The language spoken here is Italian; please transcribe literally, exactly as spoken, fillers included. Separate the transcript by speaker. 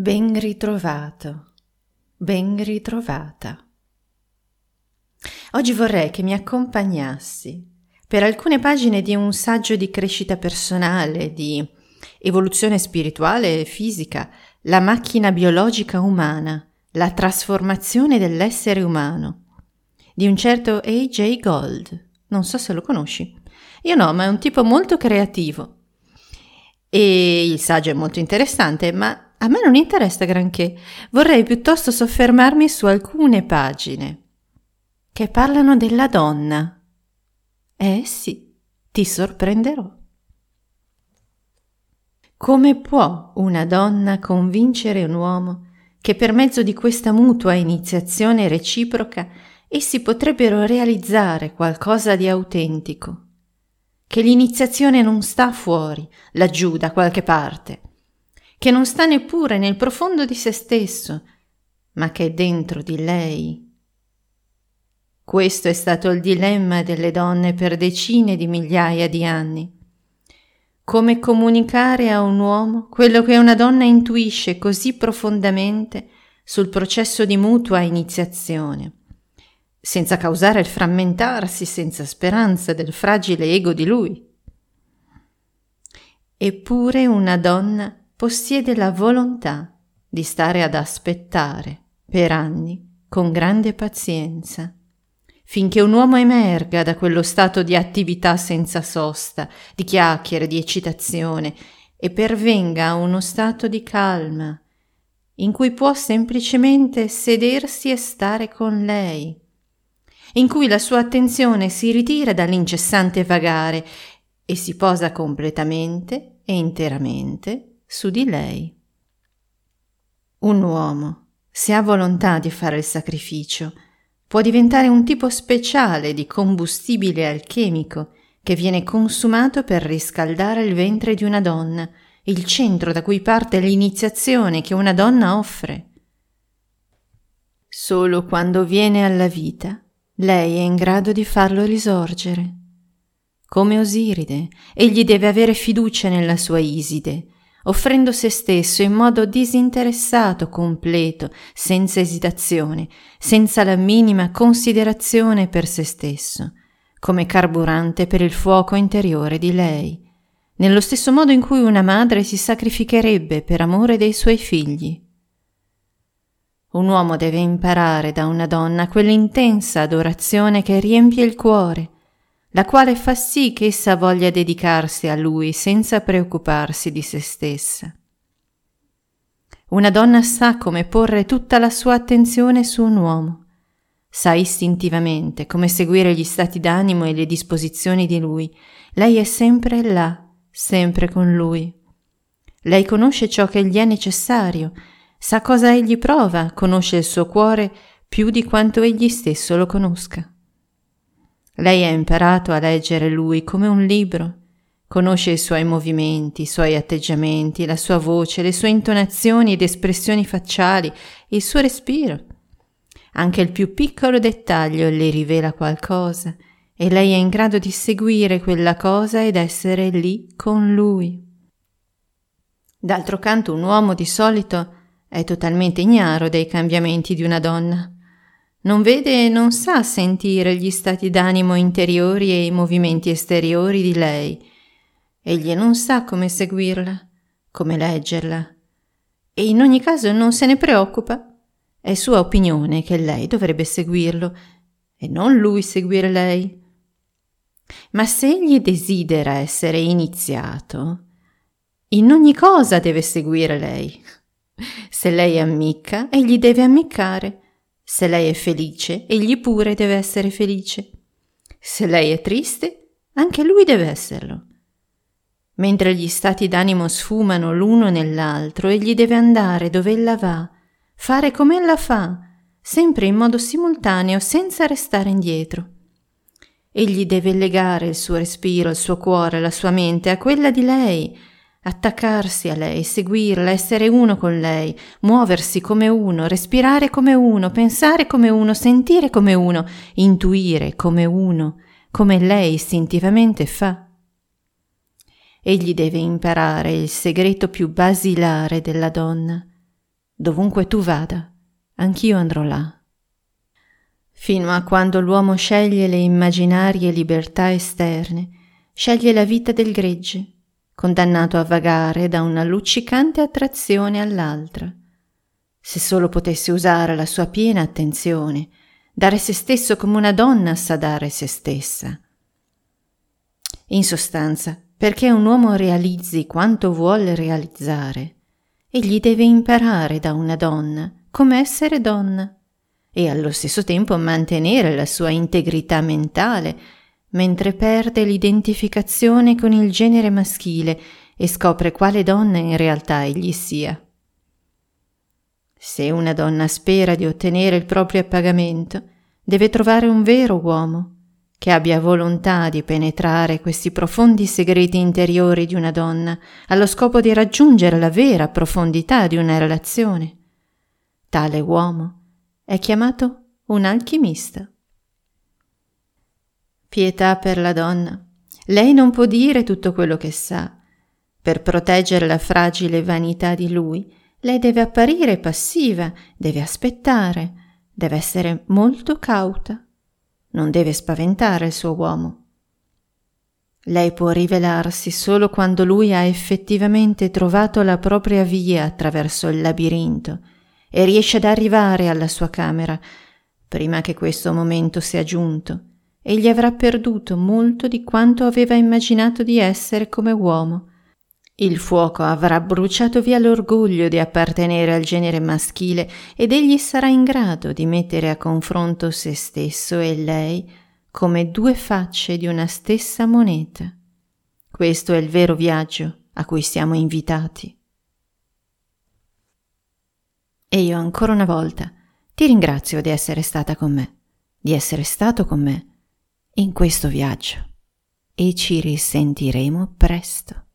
Speaker 1: Ben ritrovato, ben ritrovata. Oggi vorrei che mi accompagnassi per alcune pagine di un saggio di crescita personale, di evoluzione spirituale e fisica, la macchina biologica umana, la trasformazione dell'essere umano, di un certo A J Gold. Non so se lo conosci. Io no, ma è un tipo molto creativo. E il saggio è molto interessante, ma a me non interessa granché. Vorrei piuttosto soffermarmi su alcune pagine che parlano della donna. Eh sì, ti sorprenderò. Come può una donna convincere un uomo che per mezzo di questa mutua iniziazione reciproca essi potrebbero realizzare qualcosa di autentico? Che l'iniziazione non sta fuori, laggiù da qualche parte, che non sta neppure nel profondo di se stesso, ma che è dentro di lei. Questo è stato il dilemma delle donne per decine di migliaia di anni. Come comunicare a un uomo quello che una donna intuisce così profondamente sul processo di mutua iniziazione, senza causare il frammentarsi senza speranza del fragile ego di lui. Eppure una donna possiede la volontà di stare ad aspettare per anni con grande pazienza, finché un uomo emerga da quello stato di attività senza sosta, di chiacchiere, di eccitazione, e pervenga a uno stato di calma, in cui può semplicemente sedersi e stare con lei, in cui la sua attenzione si ritira dall'incessante vagare e si posa completamente e interamente su di lei. Un uomo, se ha volontà di fare il sacrificio, può diventare un tipo speciale di combustibile alchemico che viene consumato per riscaldare il ventre di una donna, il centro da cui parte l'iniziazione che una donna offre. Solo quando viene alla vita, lei è in grado di farlo risorgere. Come Osiride, egli deve avere fiducia nella sua Iside, offrendo se stesso in modo disinteressato, completo, senza esitazione, senza la minima considerazione per se stesso, come carburante per il fuoco interiore di lei, nello stesso modo in cui una madre si sacrificherebbe per amore dei suoi figli. Un uomo deve imparare da una donna quell'intensa adorazione che riempie il cuore, la quale fa sì che essa voglia dedicarsi a lui senza preoccuparsi di se stessa. Una donna sa come porre tutta la sua attenzione su un uomo, sa istintivamente come seguire gli stati d'animo e le disposizioni di lui. Lei è sempre là, sempre con lui. Lei conosce ciò che gli è necessario, sa cosa egli prova, conosce il suo cuore più di quanto egli stesso lo conosca. Lei ha imparato a leggere lui come un libro, conosce i suoi movimenti, i suoi atteggiamenti, la sua voce, le sue intonazioni ed espressioni facciali, il suo respiro. Anche il più piccolo dettaglio le rivela qualcosa e lei è in grado di seguire quella cosa ed essere lì con lui. D'altro canto un uomo di solito è totalmente ignaro dei cambiamenti di una donna. Non vede e non sa sentire gli stati d'animo interiori e i movimenti esteriori di lei. Egli non sa come seguirla, come leggerla, e in ogni caso non se ne preoccupa. È sua opinione che lei dovrebbe seguirlo e non lui seguire lei. Ma se egli desidera essere iniziato, in ogni cosa deve seguire lei. Se lei ammicca, egli deve ammiccare. Se lei è felice, egli pure deve essere felice. Se lei è triste, anche lui deve esserlo. Mentre gli stati d'animo sfumano l'uno nell'altro, egli deve andare dove ella va, fare come ella fa, sempre in modo simultaneo, senza restare indietro. Egli deve legare il suo respiro, il suo cuore, la sua mente a quella di lei, attaccarsi a lei, seguirla, essere uno con lei, muoversi come uno, respirare come uno, pensare come uno, sentire come uno, intuire come uno, come lei istintivamente fa. Egli deve imparare il segreto più basilare della donna, Dovunque tu vada, anch'io andrò là. Fino a quando l'uomo sceglie le immaginarie libertà esterne, sceglie la vita del gregge, condannato a vagare da una luccicante attrazione all'altra. Se solo potesse usare la sua piena attenzione, dare se stesso come una donna sa dare se stessa. In sostanza, perché un uomo realizzi quanto vuole realizzare, egli deve imparare da una donna come essere donna e allo stesso tempo mantenere la sua integrità mentale, mentre perde l'identificazione con il genere maschile e scopre quale donna in realtà egli sia. Se una donna spera di ottenere il proprio appagamento, deve trovare un vero uomo che abbia volontà di penetrare questi profondi segreti interiori di una donna allo scopo di raggiungere la vera profondità di una relazione. Tale uomo è chiamato un alchimista. Pietà per la donna. Lei non può dire tutto quello che sa. Per proteggere la fragile vanità di lui, lei deve apparire passiva, deve aspettare, deve essere molto cauta. Non deve spaventare il suo uomo. Lei può rivelarsi solo quando lui ha effettivamente trovato la propria via attraverso il labirinto e riesce ad arrivare alla sua camera. Prima che questo momento sia giunto, egli avrà perduto molto di quanto aveva immaginato di essere come uomo. Il fuoco avrà bruciato via l'orgoglio di appartenere al genere maschile ed egli sarà in grado di mettere a confronto se stesso e lei come due facce di una stessa moneta. Questo è il vero viaggio a cui siamo invitati. E io ancora una volta ti ringrazio di essere stata con me, di essere stato con me in questo viaggio e ci risentiremo presto.